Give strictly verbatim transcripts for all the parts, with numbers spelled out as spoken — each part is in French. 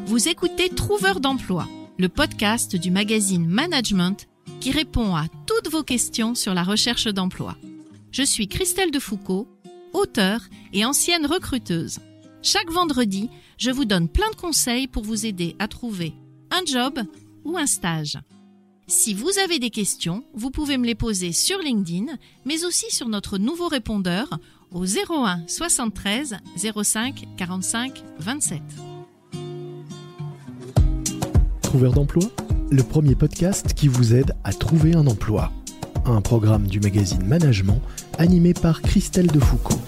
Vous écoutez Trouveur d'emploi, le podcast du magazine Management qui répond à toutes vos questions sur la recherche d'emploi. Je suis Christelle Defoucault, auteure et ancienne recruteuse. Chaque vendredi, je vous donne plein de conseils pour vous aider à trouver un job ou un stage. Si vous avez des questions, vous pouvez me les poser sur LinkedIn, mais aussi sur notre nouveau répondeur au zéro un soixante-treize zéro cinq quarante-cinq vingt-sept. Trouveur d'emploi, le premier podcast qui vous aide à trouver un emploi. Un programme du magazine Management animé par Christelle Defoucault.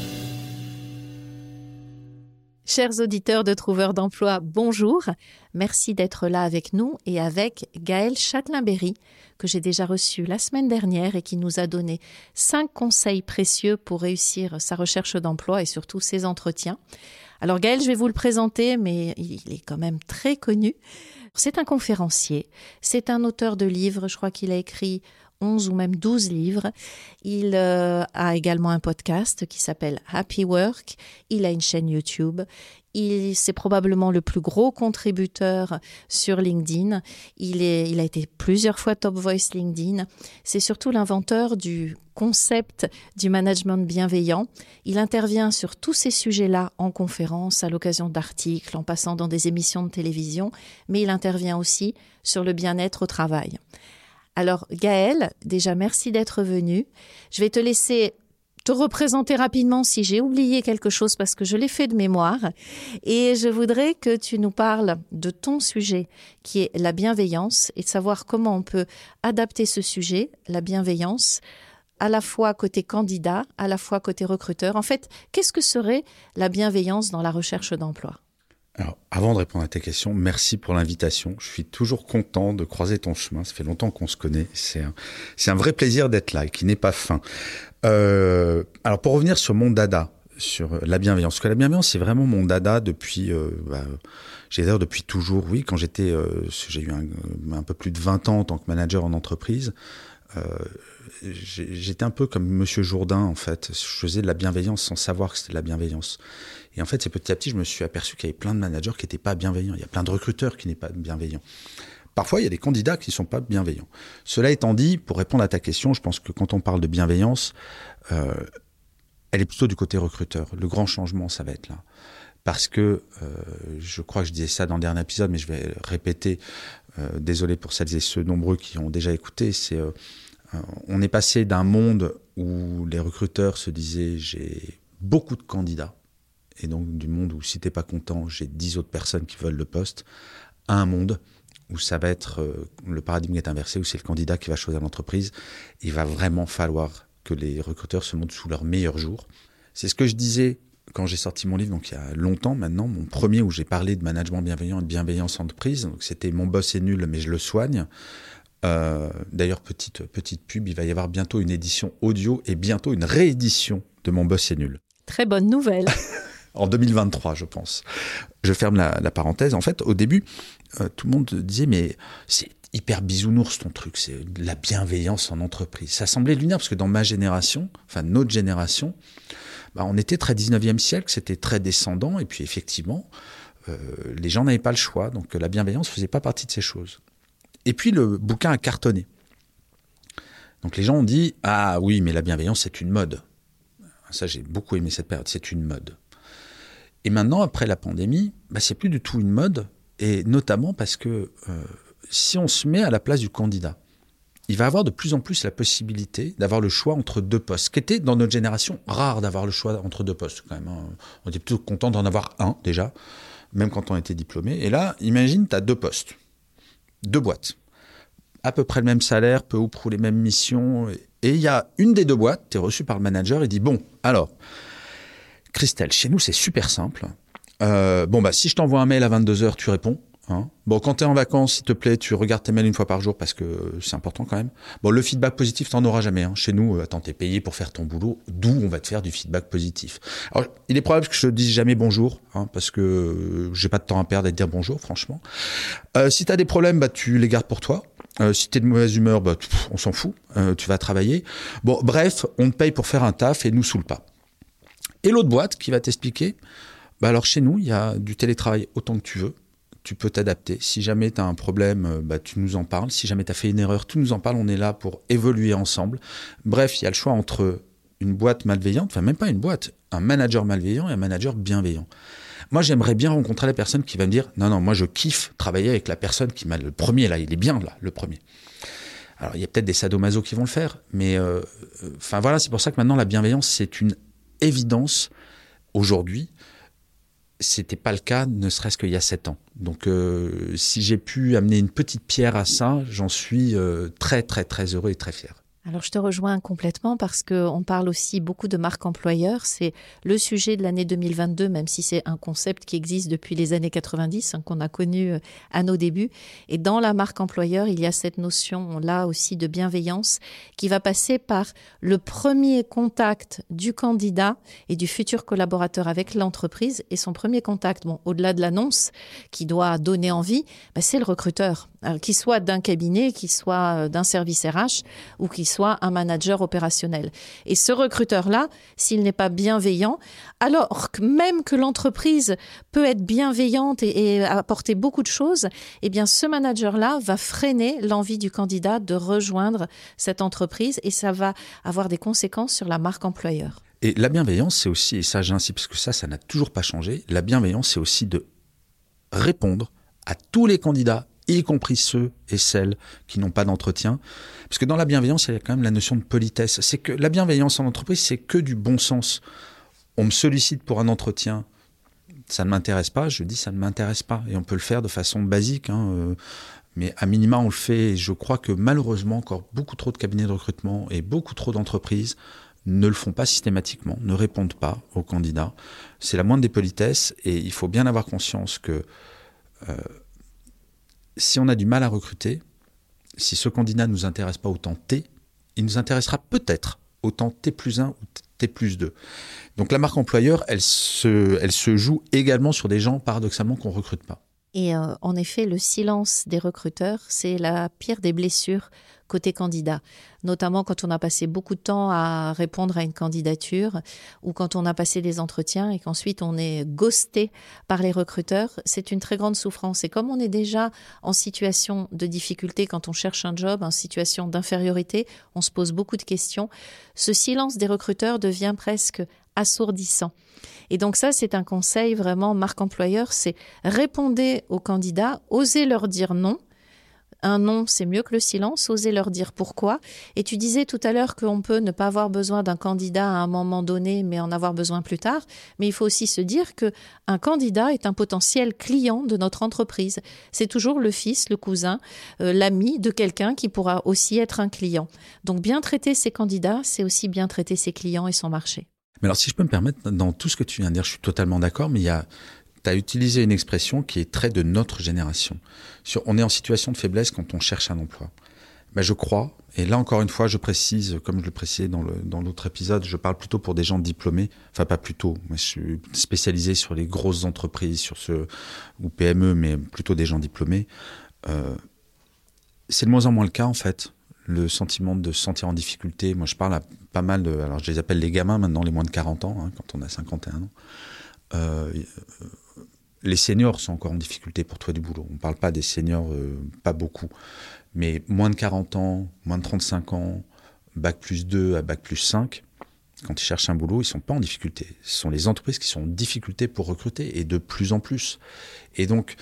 Chers auditeurs de Trouveur d'emploi, bonjour. Merci d'être là avec nous et avec Gaëlle Châtelain-Berry, que j'ai déjà reçu la semaine dernière et qui nous a donné cinq conseils précieux pour réussir sa recherche d'emploi et surtout ses entretiens. Alors Gaëlle, je vais vous le présenter, mais il est quand même très connu. C'est un conférencier, c'est un auteur de livres, je crois qu'il a écrit onze ou même douze livres. Il euh, a également un podcast qui s'appelle Happy Work. Il a une chaîne YouTube. Il, c'est probablement le plus gros contributeur sur LinkedIn. Il, est, il a été plusieurs fois Top Voice LinkedIn. C'est surtout l'inventeur du concept du management bienveillant. Il intervient sur tous ces sujets-là en conférence, à l'occasion d'articles, en passant dans des émissions de télévision, mais il intervient aussi sur le bien-être au travail. Alors Gaëlle, déjà merci d'être venue. Je vais te laisser te représenter rapidement si j'ai oublié quelque chose parce que je l'ai fait de mémoire. Et je voudrais que tu nous parles de ton sujet qui est la bienveillance et de savoir comment on peut adapter ce sujet, la bienveillance, à la fois côté candidat, à la fois côté recruteur. En fait, qu'est-ce que serait la bienveillance dans la recherche d'emploi ? Alors, avant de répondre à tes questions, merci pour l'invitation. Je suis toujours content de croiser ton chemin. Ça fait longtemps qu'on se connaît. C'est un, c'est un vrai plaisir d'être là et qui n'est pas fin. Euh, alors, pour revenir sur mon dada, sur la bienveillance. Parce que la bienveillance, c'est vraiment mon dada depuis, euh, bah, j'ai d'ailleurs depuis toujours. Oui, quand j'étais, euh, j'ai eu un, un peu plus de vingt ans en tant que manager en entreprise. Euh, j'étais un peu comme Monsieur Jourdain, en fait. Je faisais de la bienveillance sans savoir que c'était de la bienveillance. Et en fait, c'est petit à petit, je me suis aperçu qu'il y avait plein de managers qui n'étaient pas bienveillants. Il y a plein de recruteurs qui n'étaient pas bienveillants. Parfois, il y a des candidats qui ne sont pas bienveillants. Cela étant dit, pour répondre à ta question, je pense que quand on parle de bienveillance, euh, elle est plutôt du côté recruteur. Le grand changement, ça va être là. Parce que, euh, je crois que je disais ça dans le dernier épisode, mais je vais répéter, euh, désolé pour celles et ceux nombreux qui ont déjà écouté, c'est... Euh, on est passé d'un monde où les recruteurs se disaient « j'ai beaucoup de candidats », et donc du monde où si t'es pas content, j'ai dix autres personnes qui veulent le poste, à un monde où ça va être, euh, le paradigme est inversé, où c'est le candidat qui va choisir l'entreprise. Il va vraiment falloir que les recruteurs se montrent sous leur meilleur jour. C'est ce que je disais quand j'ai sorti mon livre, donc il y a longtemps maintenant, mon premier où j'ai parlé de management bienveillant et de bienveillance en entreprise. Donc c'était « Mon boss est nul, mais je le soigne ». Euh, d'ailleurs, petite, petite pub, il va y avoir bientôt une édition audio et bientôt une réédition de Mon boss est nul. Très bonne nouvelle. En deux mille vingt-trois, je pense. Je ferme la, la parenthèse. En fait, au début, euh, tout le monde disait, mais c'est hyper bisounours ton truc, c'est de la bienveillance en entreprise. Ça semblait lunaire parce que dans ma génération, enfin notre génération, bah, on était très dix-neuvième siècle, c'était très descendant et puis effectivement, euh, les gens n'avaient pas le choix, donc la bienveillance ne faisait pas partie de ces choses. Et puis le bouquin a cartonné. Donc les gens ont dit « Ah oui, mais la bienveillance, c'est une mode. » Ça, j'ai beaucoup aimé cette période, c'est une mode. Et maintenant, après la pandémie, bah, c'est plus du tout une mode, et notamment parce que euh, si on se met à la place du candidat, il va avoir de plus en plus la possibilité d'avoir le choix entre deux postes, ce qui était dans notre génération rare d'avoir le choix entre deux postes quand même. Hein. On était plutôt content d'en avoir un déjà, même quand on était diplômé. Et là, imagine, tu as deux postes. Deux boîtes, à peu près le même salaire, peu ou prou les mêmes missions. Et il y a une des deux boîtes, tu es reçu par le manager, il dit « Bon, alors, Christelle, chez nous, c'est super simple. Euh, bon, bah, si je t'envoie un mail à vingt-deux heures, tu réponds. Hein. Bon, quand tu es en vacances, s'il te plaît, tu regardes tes mails une fois par jour parce que c'est important quand même. Bon, le feedback positif, tu n'en auras jamais. Hein. Chez nous, attends, tu es payé pour faire ton boulot, d'où on va te faire du feedback positif. Alors, il est probable que je te dise jamais bonjour, hein, parce que euh, j'ai pas de temps à perdre à te dire bonjour, franchement. Euh, si tu as des problèmes, bah, tu les gardes pour toi. Euh, si tu es de mauvaise humeur, bah, pff, on s'en fout, euh, tu vas travailler. Bon, bref, on te paye pour faire un taf et nous saoule pas. Et l'autre boîte qui va t'expliquer, bah alors chez nous, il y a du télétravail autant que tu veux. tu peux t'adapter. Si jamais tu as un problème, bah, tu nous en parles. Si jamais tu as fait une erreur, tu nous en parles. On est là pour évoluer ensemble. Bref, il y a le choix entre une boîte malveillante, enfin même pas une boîte, un manager malveillant et un manager bienveillant. Moi, j'aimerais bien rencontrer la personne qui va me dire « Non, non, moi je kiffe travailler avec la personne qui m'a le premier, là, il est bien là, le premier ». Alors, il y a peut-être des sadomaso qui vont le faire, mais euh, enfin voilà, c'est pour ça que maintenant la bienveillance, c'est une évidence aujourd'hui. C'était pas le cas, ne serait-ce qu'il y a sept ans. Donc, euh, si j'ai pu amener une petite pierre à ça, j'en suis euh, très, très, très heureux et très fier. Alors, je te rejoins complètement parce qu'on parle aussi beaucoup de marque employeur. C'est le sujet de l'année deux mille vingt-deux, même si c'est un concept qui existe depuis les années quatre-vingt-dix, hein, qu'on a connu à nos débuts. Et dans la marque employeur, il y a cette notion-là aussi de bienveillance qui va passer par le premier contact du candidat et du futur collaborateur avec l'entreprise. Et son premier contact, bon, au-delà de l'annonce qui doit donner envie, bah, c'est le recruteur. Alors, qu'il soit d'un cabinet, qu'il soit d'un service R H ou qu'il soit un manager opérationnel. Et ce recruteur-là, s'il n'est pas bienveillant, alors que même que l'entreprise peut être bienveillante et, et apporter beaucoup de choses, eh bien ce manager-là va freiner l'envie du candidat de rejoindre cette entreprise et ça va avoir des conséquences sur la marque employeur. Et la bienveillance, c'est aussi, et ça j'insiste parce que ça, ça n'a toujours pas changé, la bienveillance, c'est aussi de répondre à tous les candidats, y compris ceux et celles qui n'ont pas d'entretien. Parce que dans la bienveillance, il y a quand même la notion de politesse. C'est que la bienveillance en entreprise, c'est que du bon sens. On me sollicite pour un entretien, ça ne m'intéresse pas, je dis ça ne m'intéresse pas. Et on peut le faire de façon basique, hein, euh, mais à minima, on le fait. Et je crois que malheureusement, encore beaucoup trop de cabinets de recrutement et beaucoup trop d'entreprises ne le font pas systématiquement, ne répondent pas aux candidats. C'est la moindre des politesses et il faut bien avoir conscience que euh, si on a du mal à recruter, si ce candidat ne nous intéresse pas autant T, il nous intéressera peut-être autant T plus un ou T plus deux. Donc la marque employeur, elle se, elle se joue également sur des gens, paradoxalement, qu'on ne recrute pas. Et euh, en effet, le silence des recruteurs, c'est la pire des blessures côté candidat, notamment quand on a passé beaucoup de temps à répondre à une candidature ou quand on a passé des entretiens et qu'ensuite on est ghosté par les recruteurs. C'est une très grande souffrance. Et comme on est déjà en situation de difficulté quand on cherche un job, en situation d'infériorité, on se pose beaucoup de questions. Ce silence des recruteurs devient presque assourdissant. Et donc ça, c'est un conseil vraiment marque employeur, c'est répondez aux candidats, osez leur dire non. Un non, c'est mieux que le silence, osez leur dire pourquoi. Et tu disais tout à l'heure qu'on peut ne pas avoir besoin d'un candidat à un moment donné, mais en avoir besoin plus tard. Mais il faut aussi se dire qu'un candidat est un potentiel client de notre entreprise. C'est toujours le fils, le cousin, euh, l'ami de quelqu'un qui pourra aussi être un client. Donc bien traiter ses candidats, c'est aussi bien traiter ses clients et son marché. Mais alors si je peux me permettre, dans tout ce que tu viens de dire, je suis totalement d'accord, mais il y a... Tu as utilisé une expression qui est très de notre génération. Sur, on est en situation de faiblesse quand on cherche un emploi. Ben je crois, et là encore une fois, je précise, comme je le précisais dans, le, dans l'autre épisode, je parle plutôt pour des gens diplômés, enfin pas plutôt, moi je suis spécialisé sur les grosses entreprises, sur ce, ou P M E, mais plutôt des gens diplômés. Euh, c'est de moins en moins le cas en fait, le sentiment de se sentir en difficulté. Moi je parle à pas mal de, alors je les appelle les gamins maintenant, les moins de quarante ans, hein, quand on a cinquante et un ans. Euh, les seniors sont encore en difficulté pour trouver du boulot. On ne parle pas des seniors, euh, pas beaucoup, mais moins de quarante ans, moins de trente-cinq ans, bac plus deux à bac plus cinq, quand ils cherchent un boulot, ils ne sont pas en difficulté. Ce sont les entreprises qui sont en difficulté pour recruter, et de plus en plus. Et donc,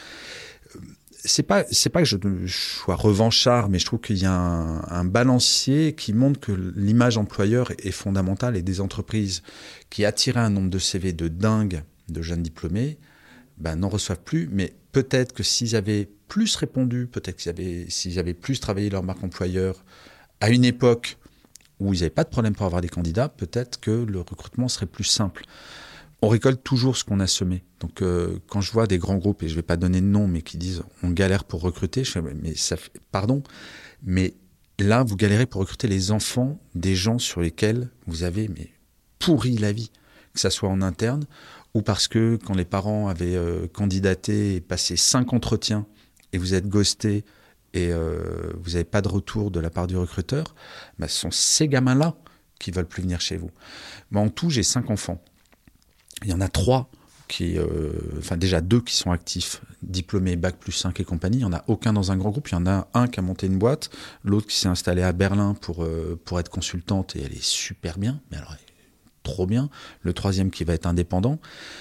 c'est pas, c'est pas que je, je sois revanchard, mais je trouve qu'il y a un, un balancier qui montre que l'image employeur est fondamentale, et des entreprises qui attiraient un nombre de C V de dingue de jeunes diplômés, ben, n'en reçoivent plus, mais peut-être que s'ils avaient plus répondu, peut-être qu'ils avaient, s'ils avaient plus travaillé leur marque employeur à une époque où ils n'avaient pas de problème pour avoir des candidats, peut-être que le recrutement serait plus simple. On récolte toujours ce qu'on a semé. Donc euh, quand je vois des grands groupes, et je ne vais pas donner de nom, mais qui disent on galère pour recruter, je fais mais ça fait, pardon, mais là vous galérez pour recruter les enfants des gens sur lesquels vous avez mais, pourri la vie, que ça soit en interne, ou parce que quand les parents avaient euh, candidaté et passé cinq entretiens et vous êtes ghosté et euh, vous n'avez pas de retour de la part du recruteur, bah, ce sont ces gamins-là qui ne veulent plus venir chez vous. Moi, en tout, j'ai cinq enfants. Il y en a trois qui, euh, enfin déjà deux qui sont actifs, diplômés bac plus cinq et compagnie. Il n'y en a aucun dans un grand groupe. Il y en a un qui a monté une boîte, l'autre qui s'est installé à Berlin pour, euh, pour être consultante et elle est super bien, mais alors elle est trop bien. Le troisième qui va être indépendant.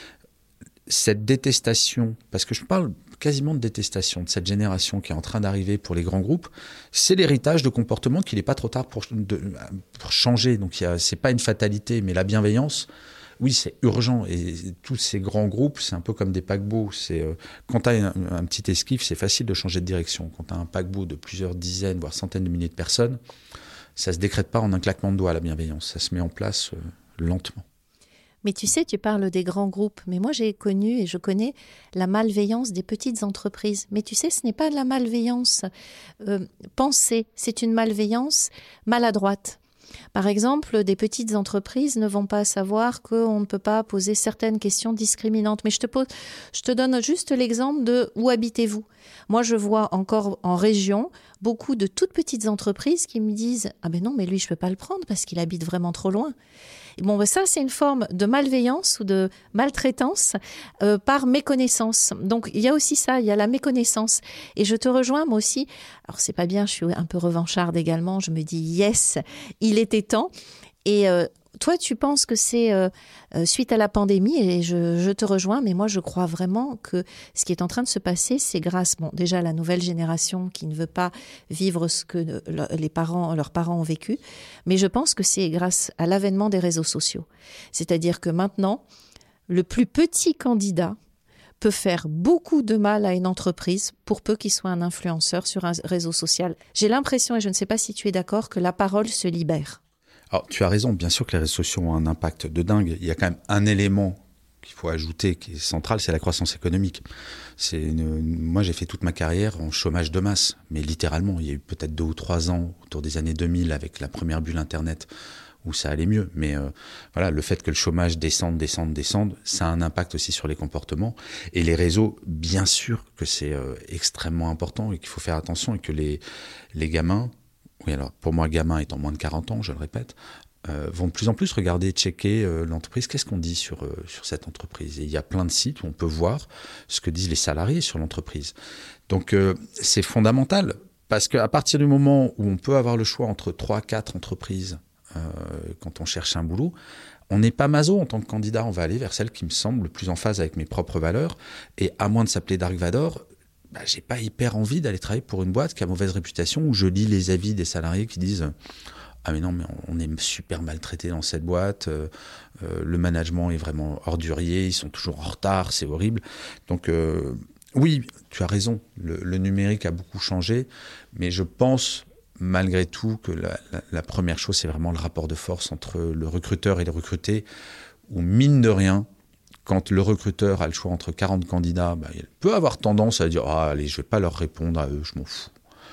Cette détestation, parce que je parle quasiment de détestation de cette génération qui est en train d'arriver pour les grands groupes, c'est l'héritage de comportements qu'il n'est pas trop tard pour, de, pour changer. Donc ce n'est pas une fatalité, mais la bienveillance, oui, c'est urgent. Et tous ces grands groupes, c'est un peu comme des paquebots. C'est, euh, quand tu as un, un petit esquif, c'est facile de changer de direction. Quand tu as un paquebot de plusieurs dizaines, voire centaines de milliers de personnes, ça ne se décrète pas en un claquement de doigts, la bienveillance. Ça se met en place euh, lentement. Mais tu sais, tu parles des grands groupes, mais moi j'ai connu et je connais la malveillance des petites entreprises. Mais tu sais, ce n'est pas de la malveillance euh, pensée, c'est une malveillance maladroite. Par exemple, des petites entreprises ne vont pas savoir qu'on ne peut pas poser certaines questions discriminantes. Mais je te pose, je te donne juste l'exemple de où habitez-vous. Moi, je vois encore en région beaucoup de toutes petites entreprises qui me disent « Ah ben non, mais lui, je ne peux pas le prendre parce qu'il habite vraiment trop loin. » Bon, ben ça, c'est une forme de malveillance ou de maltraitance euh, par méconnaissance. Donc, il y a aussi ça, il y a la méconnaissance. Et je te rejoins, moi aussi. Alors, c'est pas bien, je suis un peu revancharde également. Je me dis, yes, il était temps. Et euh, toi, tu penses que c'est euh, suite à la pandémie, et je, je te rejoins, mais moi, je crois vraiment que ce qui est en train de se passer, c'est grâce, bon, déjà, à la nouvelle génération qui ne veut pas vivre ce que les parents, leurs parents ont vécu, mais je pense que c'est grâce à l'avènement des réseaux sociaux. C'est-à-dire que maintenant, le plus petit candidat peut faire beaucoup de mal à une entreprise pour peu qu'il soit un influenceur sur un réseau social. J'ai l'impression, et je ne sais pas si tu es d'accord, que la parole se libère. Alors, tu as raison, bien sûr que les réseaux sociaux ont un impact de dingue. Il y a quand même un élément qu'il faut ajouter qui est central, c'est la croissance économique. C'est une... Moi, j'ai fait toute ma carrière en chômage de masse, mais littéralement, il y a eu peut-être deux ou trois ans, autour des années deux mille, avec la première bulle Internet, où ça allait mieux. Mais euh, voilà, le fait que le chômage descende, descende, descende, ça a un impact aussi sur les comportements. Et les réseaux, bien sûr que c'est euh, extrêmement important et qu'il faut faire attention et que les, les gamins... Oui, alors pour moi, gamin étant moins de quarante ans, je le répète, euh, vont de plus en plus regarder, checker euh, l'entreprise. Qu'est-ce qu'on dit sur, euh, sur cette entreprise ? Et il y a plein de sites où on peut voir ce que disent les salariés sur l'entreprise. Donc, euh, c'est fondamental parce qu'à partir du moment où on peut avoir le choix entre trois, quatre entreprises euh, quand on cherche un boulot, on n'est pas maso en tant que candidat. On va aller vers celle qui me semble le plus en phase avec mes propres valeurs. Et à moins de s'appeler Dark Vador, bah, j'ai pas hyper envie d'aller travailler pour une boîte qui a mauvaise réputation, où je lis les avis des salariés qui disent « Ah mais non, mais on est super maltraité dans cette boîte, euh, euh, le management est vraiment ordurier, ils sont toujours en retard, c'est horrible. » Donc euh, oui, tu as raison, le, le numérique a beaucoup changé, mais je pense malgré tout que la, la, la première chose, c'est vraiment le rapport de force entre le recruteur et le recruté, où mine de rien, quand le recruteur a le choix entre quarante candidats, bah, il peut avoir tendance à dire « Ah, allez, je ne vais pas leur répondre à eux, je m'en fous. »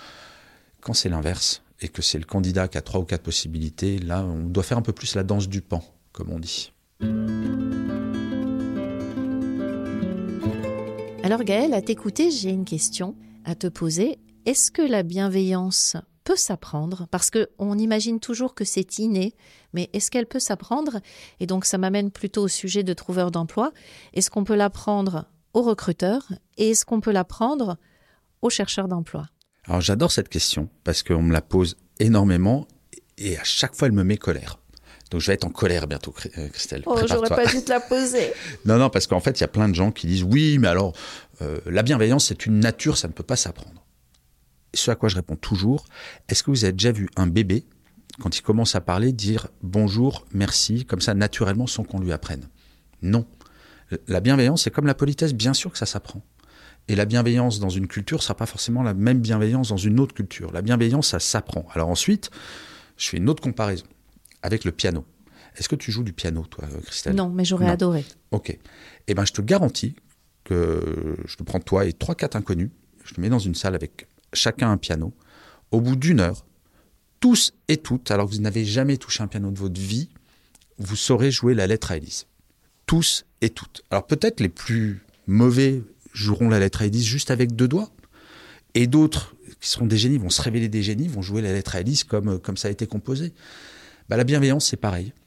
Quand c'est l'inverse, et que c'est le candidat qui a trois ou quatre possibilités, là, on doit faire un peu plus la danse du pan, comme on dit. Alors Gaëlle, à t'écouter, j'ai une question à te poser. Est-ce que la bienveillance peut s'apprendre ? Parce qu'on imagine toujours que c'est inné, mais est-ce qu'elle peut s'apprendre ? Et donc ça m'amène plutôt au sujet de trouveur d'emploi. Est-ce qu'on peut l'apprendre aux recruteurs ? Et est-ce qu'on peut l'apprendre aux chercheurs d'emploi ? Alors j'adore cette question parce qu'on me la pose énormément et à chaque fois elle me met colère. Donc je vais être en colère bientôt, Christelle. Oh, j'aurais pas dû te la poser. Non, non, parce qu'en fait il y a plein de gens qui disent oui, mais alors euh, la bienveillance c'est une nature, ça ne peut pas s'apprendre. Et ce à quoi je réponds toujours, est-ce que vous avez déjà vu un bébé, quand il commence à parler, dire bonjour, merci, comme ça naturellement sans qu'on lui apprenne ? Non. La bienveillance c'est comme la politesse, bien sûr que ça s'apprend. Et la bienveillance dans une culture ne sera pas forcément la même bienveillance dans une autre culture. La bienveillance, ça s'apprend. Alors ensuite, je fais une autre comparaison avec le piano. Est-ce que tu joues du piano, toi, Christelle ? Non, mais j'aurais non. adoré. Ok. Eh bien, je te garantis que je te prends toi et trois, quatre inconnus, je te mets dans une salle avec chacun un piano. Au bout d'une heure, tous et toutes, alors que vous n'avez jamais touché un piano de votre vie, vous saurez jouer la lettre à Élise. Tous et toutes. Alors peut-être les plus mauvais joueront la lettre à Élise juste avec deux doigts. Et d'autres, qui seront des génies, vont se révéler des génies, vont jouer la lettre à Élise comme, comme ça a été composé. Bah, la bienveillance, c'est pareil.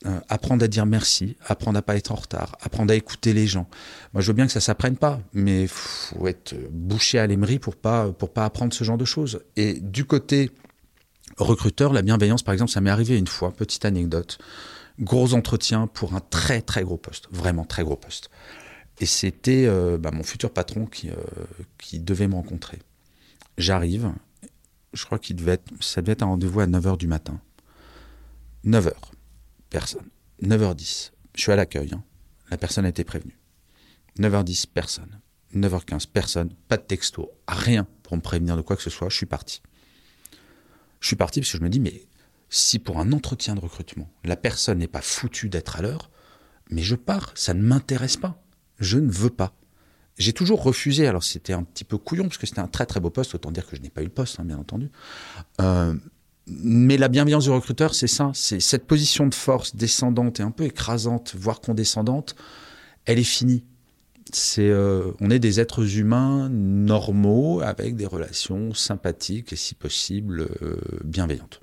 Euh, apprendre à dire merci, apprendre à pas être en retard, apprendre à écouter les gens. Moi, je veux bien que ça s'apprenne pas, mais faut être bouché à l'émery pour pas pour pas apprendre ce genre de choses. Et du côté recruteur, la bienveillance, par exemple, ça m'est arrivé une fois. Petite anecdote. Gros entretien pour un très très gros poste, vraiment très gros poste. Et c'était euh, bah, mon futur patron qui euh, qui devait me rencontrer. J'arrive, je crois qu'il devait être, ça devait être un rendez-vous à neuf heures du matin. neuf heures. Personne. neuf heures dix. Je suis à l'accueil. Hein. La personne a été prévenue. neuf heures dix, personne. neuf heures quinze, personne. Pas de texto. Rien pour me prévenir de quoi que ce soit. Je suis parti. Je suis parti parce que je me dis, mais si pour un entretien de recrutement, la personne n'est pas foutue d'être à l'heure, mais je pars. Ça ne m'intéresse pas. Je ne veux pas. J'ai toujours refusé. Alors c'était un petit peu couillon parce que c'était un très très beau poste. Autant dire que je n'ai pas eu le poste, hein, bien entendu. Euh... Mais la bienveillance du recruteur, c'est ça, c'est cette position de force descendante et un peu écrasante, voire condescendante, elle est finie. C'est, euh, on est des êtres humains normaux avec des relations sympathiques et si possible euh, bienveillantes.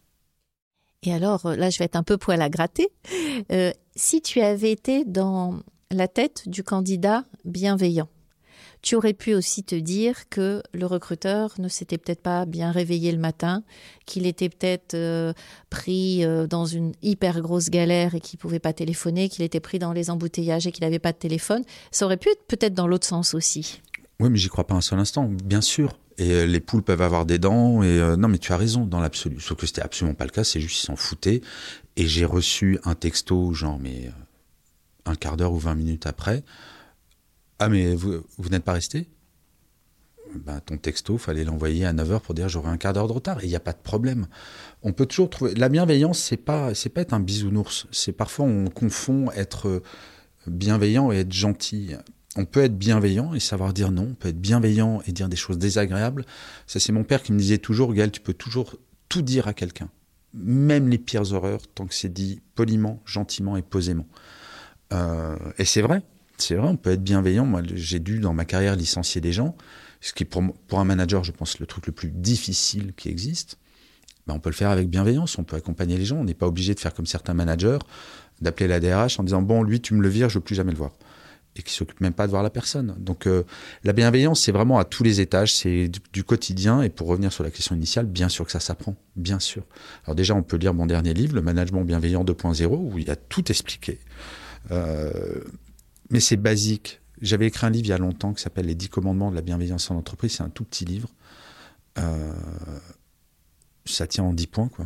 Et alors, là, je vais être un peu poil à gratter. Euh, si tu avais été dans la tête du candidat bienveillant, tu aurais pu aussi te dire que le recruteur ne s'était peut-être pas bien réveillé le matin, qu'il était peut-être euh, pris euh, dans une hyper grosse galère et qu'il ne pouvait pas téléphoner, qu'il était pris dans les embouteillages et qu'il n'avait pas de téléphone. Ça aurait pu être peut-être dans l'autre sens aussi. Oui, mais j'y crois pas un seul instant, bien sûr. Et euh, les poules peuvent avoir des dents. Et euh, non, mais tu as raison, dans l'absolu. Sauf que c'était absolument pas le cas, c'est juste qu'ils s'en foutaient. Et j'ai reçu un texto, genre, mais euh, un quart d'heure ou vingt minutes après. Ah, mais vous, vous n'êtes pas resté ? Ben, ton texto, il fallait l'envoyer à neuf heures pour dire j'aurai un quart d'heure de retard. Et il n'y a pas de problème. On peut toujours trouver... La bienveillance, ce n'est pas, c'est pas être un bisounours. C'est parfois, on confond être bienveillant et être gentil. On peut être bienveillant et savoir dire non. On peut être bienveillant et dire des choses désagréables. Ça, c'est mon père qui me disait toujours, Gaël, tu peux toujours tout dire à quelqu'un. Même les pires horreurs, tant que c'est dit poliment, gentiment et posément. Euh, et c'est vrai. C'est vrai, on peut être bienveillant. Moi, j'ai dû, dans ma carrière, licencier des gens, ce qui est pour, pour un manager, je pense, le truc le plus difficile qui existe. Ben, on peut le faire avec bienveillance, on peut accompagner les gens. On n'est pas obligé de faire comme certains managers, d'appeler la D R H en disant « Bon, lui, tu me le vires, je ne veux plus jamais le voir ». Et qui ne s'occupe même pas de voir la personne. Donc, euh, la bienveillance, c'est vraiment à tous les étages, c'est du, du quotidien. Et pour revenir sur la question initiale, bien sûr que ça s'apprend, bien sûr. Alors déjà, on peut lire mon dernier livre, Le Management Bienveillant deux point zéro, où il y a tout expliqué. Euh... Mais c'est basique. J'avais écrit un livre il y a longtemps qui s'appelle « Les dix commandements de la bienveillance en entreprise ». C'est un tout petit livre. Euh, ça tient en dix points, quoi.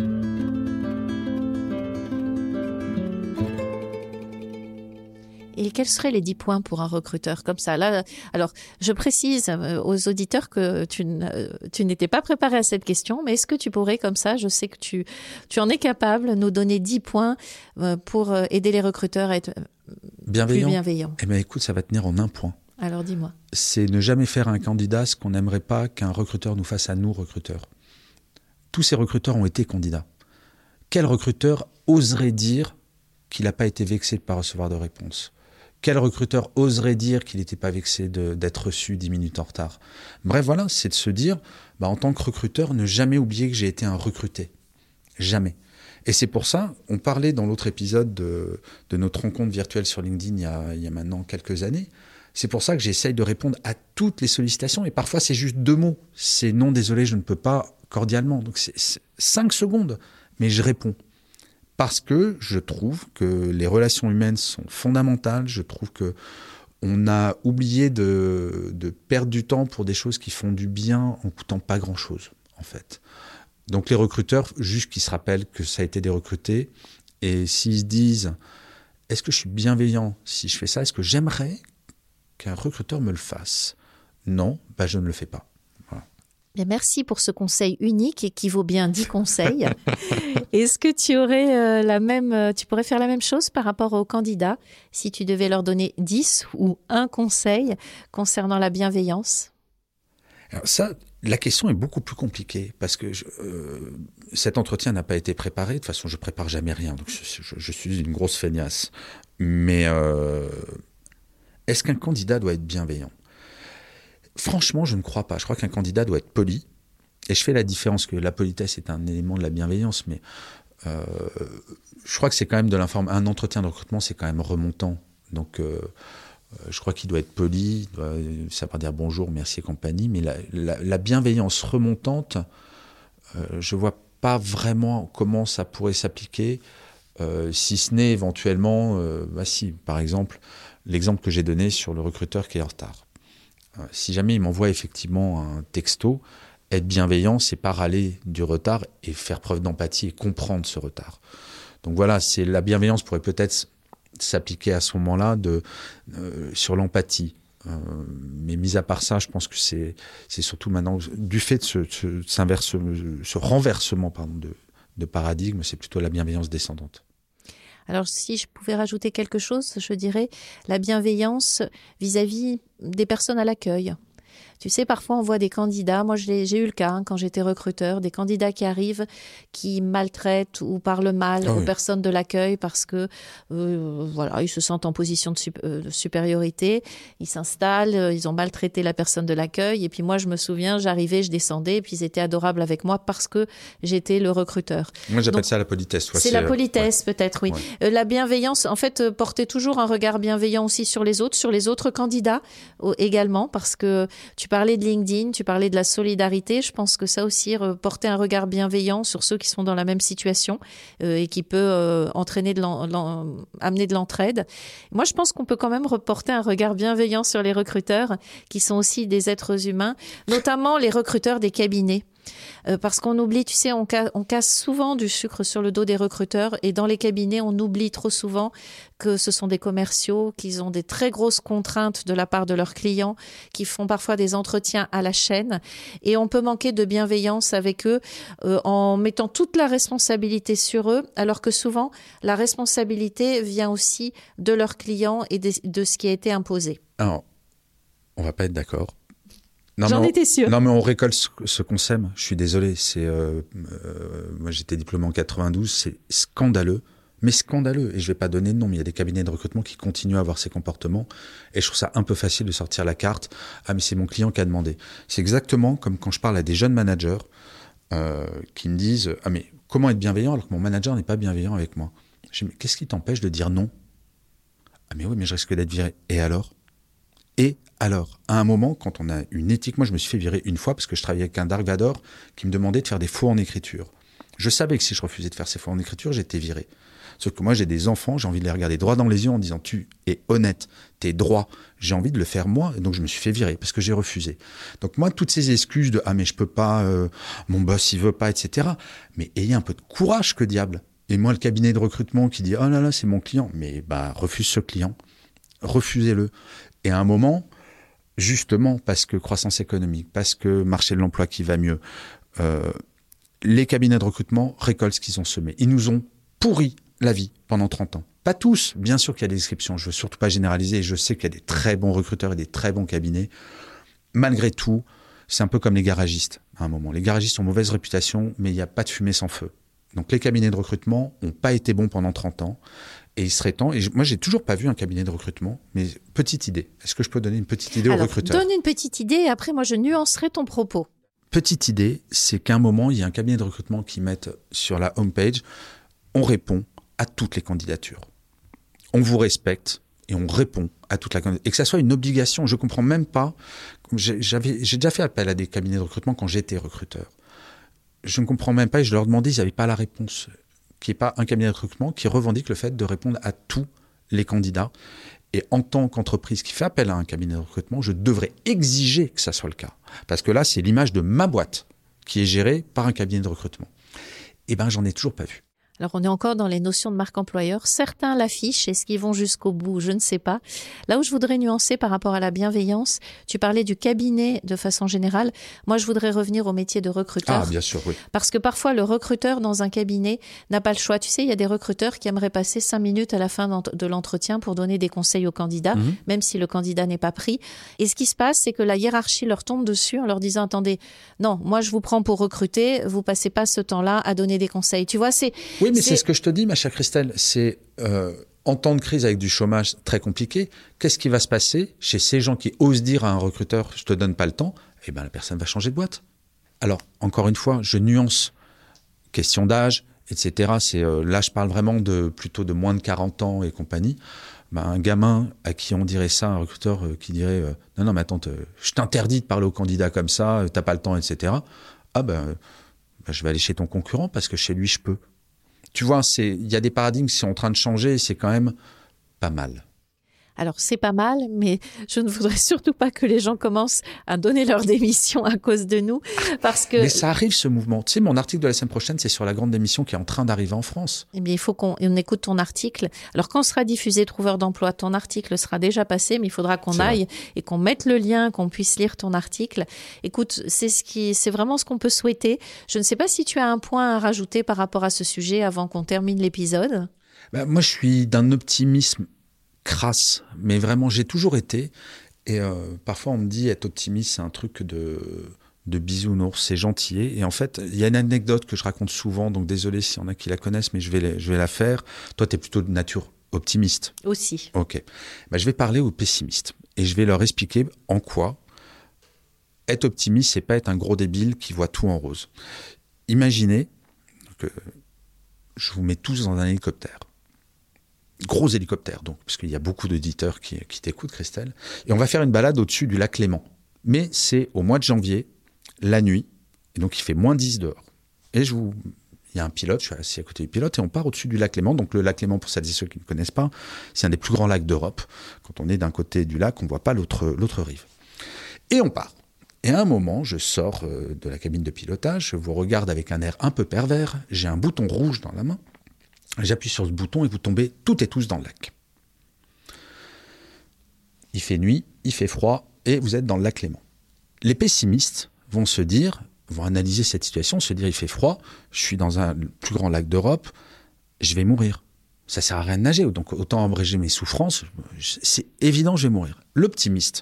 Et quels seraient les dix points pour un recruteur comme ça ? Là, alors, je précise aux auditeurs que tu, tu n'étais pas préparé à cette question, mais est-ce que tu pourrais, comme ça, je sais que tu, tu en es capable, nous donner dix points pour aider les recruteurs à être bienveillant. plus bienveillants ? Eh bien, écoute, ça va tenir en un point. Alors, dis-moi. C'est ne jamais faire à un candidat ce qu'on n'aimerait pas qu'un recruteur nous fasse à nous, recruteurs. Tous ces recruteurs ont été candidats. Quel recruteur oserait dire qu'il n'a pas été vexé de ne pas recevoir de réponse ? Quel recruteur oserait dire qu'il n'était pas vexé de, d'être reçu dix minutes en retard ? Bref, voilà, c'est de se dire, bah, en tant que recruteur, ne jamais oublier que j'ai été un recruté. Jamais. Et c'est pour ça, on parlait dans l'autre épisode de, de notre rencontre virtuelle sur LinkedIn il y a, il y a maintenant quelques années. C'est pour ça que j'essaye de répondre à toutes les sollicitations. Et parfois, c'est juste deux mots. C'est non, désolé, je ne peux pas, cordialement. Donc, c'est, c'est cinq secondes. Mais je réponds. Parce que je trouve que les relations humaines sont fondamentales. Je trouve qu'on a oublié de, de perdre du temps pour des choses qui font du bien en coûtant pas grand-chose, en fait. Donc les recruteurs, juste qu'ils se rappellent que ça a été des recrutés. Et s'ils se disent, est-ce que je suis bienveillant si je fais ça ? Est-ce que j'aimerais qu'un recruteur me le fasse ? Non, bah je ne le fais pas. Bien, merci pour ce conseil unique et qui vaut bien dix conseils. Est-ce que tu aurais euh, la même, tu pourrais faire la même chose par rapport aux candidats si tu devais leur donner dix ou un conseil concernant la bienveillance ? Alors ça, la question est beaucoup plus compliquée parce que je, euh, cet entretien n'a pas été préparé. De toute façon, je prépare jamais rien, donc je, je, je suis une grosse feignasse. Mais euh, est-ce qu'un candidat doit être bienveillant ? Franchement, je ne crois pas. Je crois qu'un candidat doit être poli. Et je fais la différence que la politesse est un élément de la bienveillance, mais Euh, je crois que c'est quand même de l'information. Un entretien de recrutement, c'est quand même remontant. Donc, euh, je crois qu'il doit être poli, il doit savoir dire bonjour, merci et compagnie. Mais la, la, la bienveillance remontante, euh, je ne vois pas vraiment comment ça pourrait s'appliquer, euh, si ce n'est éventuellement, euh, bah si, par exemple, l'exemple que j'ai donné sur le recruteur qui est en retard. Euh, si jamais il m'envoie effectivement un texto, être bienveillant, c'est pas râler du retard et faire preuve d'empathie et comprendre ce retard. Donc voilà, c'est la bienveillance pourrait peut-être s'appliquer à ce moment-là de, euh, sur l'empathie. Euh, mais mis à part ça, je pense que c'est, c'est surtout maintenant, du fait de ce, ce, ce renversement pardon, de, de paradigme, c'est plutôt la bienveillance descendante. Alors, si je pouvais rajouter quelque chose, je dirais la bienveillance vis-à-vis des personnes à l'accueil. Tu sais, parfois on voit des candidats, moi j'ai, j'ai eu le cas hein, quand j'étais recruteur, des candidats qui arrivent, qui maltraitent ou parlent mal oh aux oui. personnes de l'accueil parce que euh, voilà, ils se sentent en position de, sup- euh, de supériorité, ils s'installent, euh, ils ont maltraité la personne de l'accueil et puis moi je me souviens, j'arrivais, je descendais et puis ils étaient adorables avec moi parce que j'étais le recruteur. Moi j'appelle Donc, ça la politesse. C'est, c'est la politesse euh, ouais. peut-être, oui. Ouais. Euh, la bienveillance, en fait, euh, porter toujours un regard bienveillant aussi sur les autres, sur les autres candidats euh, également parce que tu Tu parlais de LinkedIn, tu parlais de la solidarité. Je pense que ça aussi, porter un regard bienveillant sur ceux qui sont dans la même situation euh, et qui peut euh, entraîner de l'en, l'en, amener de l'entraide. Moi, je pense qu'on peut quand même reporter un regard bienveillant sur les recruteurs qui sont aussi des êtres humains, notamment les recruteurs des cabinets. Euh, parce qu'on oublie, tu sais, on, ca- on casse souvent du sucre sur le dos des recruteurs et dans les cabinets, on oublie trop souvent que ce sont des commerciaux, qu'ils ont des très grosses contraintes de la part de leurs clients, qui font parfois des entretiens à la chaîne et on peut manquer de bienveillance avec eux euh, en mettant toute la responsabilité sur eux, alors que souvent, la responsabilité vient aussi de leurs clients et de, de ce qui a été imposé. Alors, on va pas être d'accord. Non, J'en on, étais sûre. Non, mais on récolte ce, ce qu'on sème. Je suis désolé. C'est, euh, euh, moi, j'étais diplômé en quatre-vingt-douze. C'est scandaleux, mais scandaleux. Et je vais pas donner de nom, mais il y a des cabinets de recrutement qui continuent à avoir ces comportements. Et je trouve ça un peu facile de sortir la carte. Ah, mais c'est mon client qui a demandé. C'est exactement comme quand je parle à des jeunes managers euh, qui me disent ah mais comment être bienveillant alors que mon manager n'est pas bienveillant avec moi. Je dis mais qu'est-ce qui t'empêche de dire non? Ah mais oui, mais je risque d'être viré. Et alors? Et alors, à un moment, quand on a une éthique, moi je me suis fait virer une fois parce que je travaillais avec un Dark Vador qui me demandait de faire des faux en écriture. Je savais que si je refusais de faire ces faux en écriture, j'étais viré. Sauf que moi j'ai des enfants, j'ai envie de les regarder droit dans les yeux en disant tu es honnête, t'es droit, j'ai envie de le faire moi, et donc je me suis fait virer parce que j'ai refusé. Donc moi toutes ces excuses de ah mais je peux pas, euh, mon boss il veut pas, et cetera. Mais ayez un peu de courage que diable. Et moi le cabinet de recrutement qui dit oh là là c'est mon client, mais bah refuse ce client, refusez-le. Et à un moment, justement, parce que croissance économique, parce que marché de l'emploi qui va mieux, euh, les cabinets de recrutement récoltent ce qu'ils ont semé. Ils nous ont pourri la vie pendant trente ans. Pas tous, bien sûr qu'il y a des exceptions, je ne veux surtout pas généraliser, et je sais qu'il y a des très bons recruteurs et des très bons cabinets. Malgré tout, c'est un peu comme les garagistes, à un moment. Les garagistes ont mauvaise réputation, mais il n'y a pas de fumée sans feu. Donc les cabinets de recrutement n'ont pas été bons pendant trente ans. Et il serait temps, et moi j'ai toujours pas vu un cabinet de recrutement, mais petite idée. Est-ce que je peux donner une petite idée Alors, aux recruteurs? Donne une petite idée et après moi je nuancerai ton propos. Petite idée, c'est qu'à un moment, il y a un cabinet de recrutement qui met sur la homepage, on répond à toutes les candidatures. On vous respecte et on répond à toute la candidature. Et que ça soit une obligation, je comprends même pas. J'ai, j'avais, j'ai déjà fait appel à des cabinets de recrutement quand j'étais recruteur. Je ne comprends même pas et je leur demandais, ils n'avaient pas la réponse. Qui n'est pas un cabinet de recrutement qui revendique le fait de répondre à tous les candidats. Et en tant qu'entreprise qui fait appel à un cabinet de recrutement, je devrais exiger que ça soit le cas. Parce que là, c'est l'image de ma boîte qui est gérée par un cabinet de recrutement. Eh bien, j'en ai toujours pas vu. Alors, on est encore dans les notions de marque employeur. Certains l'affichent. Est-ce qu'ils vont jusqu'au bout? Je ne sais pas. Là où je voudrais nuancer par rapport à la bienveillance, tu parlais du cabinet de façon générale. Moi, je voudrais revenir au métier de recruteur. Ah, bien sûr, oui. Parce que parfois, le recruteur dans un cabinet n'a pas le choix. Tu sais, il y a des recruteurs qui aimeraient passer cinq minutes à la fin de l'entretien pour donner des conseils au candidat, mmh. même si le candidat n'est pas pris. Et ce qui se passe, c'est que la hiérarchie leur tombe dessus en leur disant, attendez, non, moi, je vous prends pour recruter, vous passez pas ce temps-là à donner des conseils. Tu vois, c'est... Oui, mais c'est, c'est ce que je te dis, ma chère Christelle. C'est euh, en temps de crise avec du chômage très compliqué, qu'est-ce qui va se passer chez ces gens qui osent dire à un recruteur « je te donne pas le temps », eh ben la personne va changer de boîte. Alors, encore une fois, je nuance question d'âge et cetera. C'est, euh, là, je parle vraiment de, plutôt de moins de quarante ans et compagnie. Ben, un gamin à qui on dirait ça, un recruteur euh, qui dirait euh, « Non, non, mais attends, je t'interdis de parler aux candidats comme ça, t'as pas le temps, et cetera » Ah ben, ben, je vais aller chez ton concurrent parce que chez lui, je peux. Tu vois, il y a des paradigmes qui sont en train de changer et c'est quand même pas mal. Alors, c'est pas mal, mais je ne voudrais surtout pas que les gens commencent à donner leur démission à cause de nous, parce que... Mais ça arrive, ce mouvement. Tu sais, mon article de la semaine prochaine, c'est sur la grande démission qui est en train d'arriver en France. Eh bien, il faut qu'on on écoute ton article. Alors, quand sera diffusé Trouveur d'emploi, ton article sera déjà passé, mais il faudra qu'on c'est aille vrai. Et qu'on mette le lien, qu'on puisse lire ton article. Écoute, c'est, ce qui, c'est vraiment ce qu'on peut souhaiter. Je ne sais pas si tu as un point à rajouter par rapport à ce sujet avant qu'on termine l'épisode. Ben, moi, je suis d'un optimisme crasse, mais vraiment j'ai toujours été, et euh, parfois on me dit être optimiste c'est un truc de, de bisounours, c'est gentillet, et en fait il y a une anecdote que je raconte souvent, donc désolé s'il y en a qui la connaissent, mais je vais, je vais la faire. Toi tu es plutôt de nature optimiste aussi. Ok, ben, je vais parler aux pessimistes et je vais leur expliquer en quoi être optimiste c'est pas être un gros débile qui voit tout en rose. Imaginez que je vous mets tous dans un hélicoptère. Gros hélicoptère, donc, parce qu'il y a beaucoup d'auditeurs qui, qui t'écoutent, Christelle. Et on va faire une balade au-dessus du lac Léman. Mais c'est au mois de janvier, la nuit, et donc il fait moins dix dehors. Et je vous... il y a un pilote, je suis assis à côté du pilote, et on part au-dessus du lac Léman. Donc le lac Léman, pour celles et ceux qui ne connaissent pas, c'est un des plus grands lacs d'Europe. Quand on est d'un côté du lac, on ne voit pas l'autre, l'autre rive. Et on part. Et à un moment, je sors de la cabine de pilotage, je vous regarde avec un air un peu pervers, j'ai un bouton rouge dans la main. J'appuie sur ce bouton et vous tombez toutes et tous dans le lac. Il fait nuit, il fait froid et vous êtes dans le lac Léman. Les pessimistes vont se dire, vont analyser cette situation, se dire il fait froid, je suis dans un le plus grand lac d'Europe, je vais mourir. Ça sert à rien de nager, donc autant abréger mes souffrances, c'est évident, je vais mourir. L'optimiste,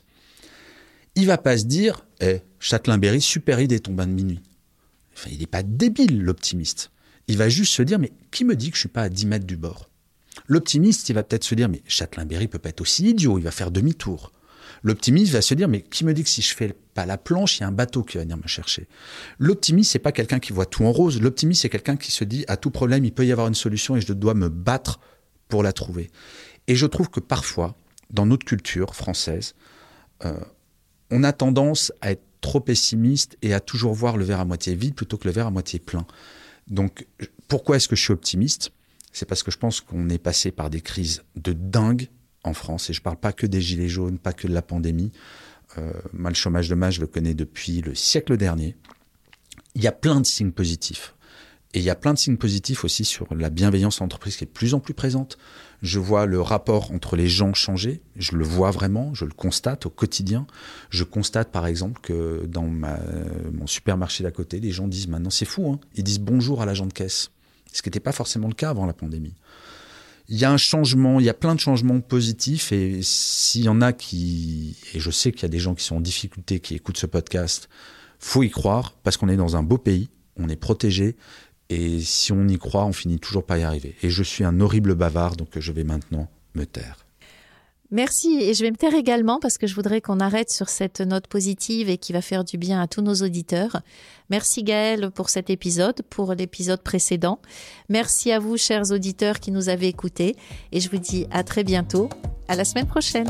il va pas se dire hey, Châtelain-Berry, super idée ton bain de minuit. Enfin, il n'est pas débile, l'optimiste. Il va juste se dire, mais qui me dit que je ne suis pas à dix mètres du bord ? L'optimiste, il va peut-être se dire, mais Châtelain-Berry ne peut pas être aussi idiot, il va faire demi-tour. L'optimiste va se dire, mais qui me dit que si je ne fais pas la planche, il y a un bateau qui va venir me chercher. L'optimiste, ce n'est pas quelqu'un qui voit tout en rose. L'optimiste, c'est quelqu'un qui se dit, à tout problème, il peut y avoir une solution et je dois me battre pour la trouver. Et je trouve que parfois, dans notre culture française, euh, on a tendance à être trop pessimiste et à toujours voir le verre à moitié vide plutôt que le verre à moitié plein. Donc, pourquoi est-ce que je suis optimiste ? C'est parce que je pense qu'on est passé par des crises de dingue en France. Et je ne parle pas que des gilets jaunes, pas que de la pandémie. Euh, moi, le chômage de masse, je le connais depuis le siècle dernier. Il y a plein de signes positifs. Et il y a plein de signes positifs aussi sur la bienveillance en entreprise qui est de plus en plus présente. Je vois le rapport entre les gens changer. Je le vois vraiment, je le constate au quotidien. Je constate par exemple que dans ma, mon supermarché d'à côté, les gens disent maintenant, c'est fou, hein, ils disent bonjour à l'agent de caisse. Ce qui n'était pas forcément le cas avant la pandémie. Il y a un changement, il y a plein de changements positifs et s'il y en a qui, et je sais qu'il y a des gens qui sont en difficulté, qui écoutent ce podcast, faut y croire parce qu'on est dans un beau pays, on est protégé. Et si on y croit, on finit toujours par y arriver. Et je suis un horrible bavard, donc je vais maintenant me taire. Merci. Et je vais me taire également parce que je voudrais qu'on arrête sur cette note positive et qui va faire du bien à tous nos auditeurs. Merci Gaëlle pour cet épisode, pour l'épisode précédent. Merci à vous, chers auditeurs, qui nous avez écoutés. Et je vous dis à très bientôt. À la semaine prochaine.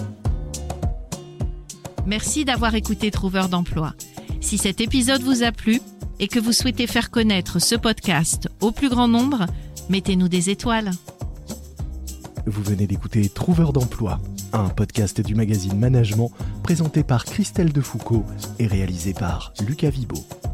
Merci d'avoir écouté Trouveur d'emploi. Si cet épisode vous a plu, et que vous souhaitez faire connaître ce podcast au plus grand nombre, mettez-nous des étoiles. Vous venez d'écouter Trouveur d'emploi, un podcast du magazine Management présenté par Christelle Defoucault et réalisé par Lucas Vibo.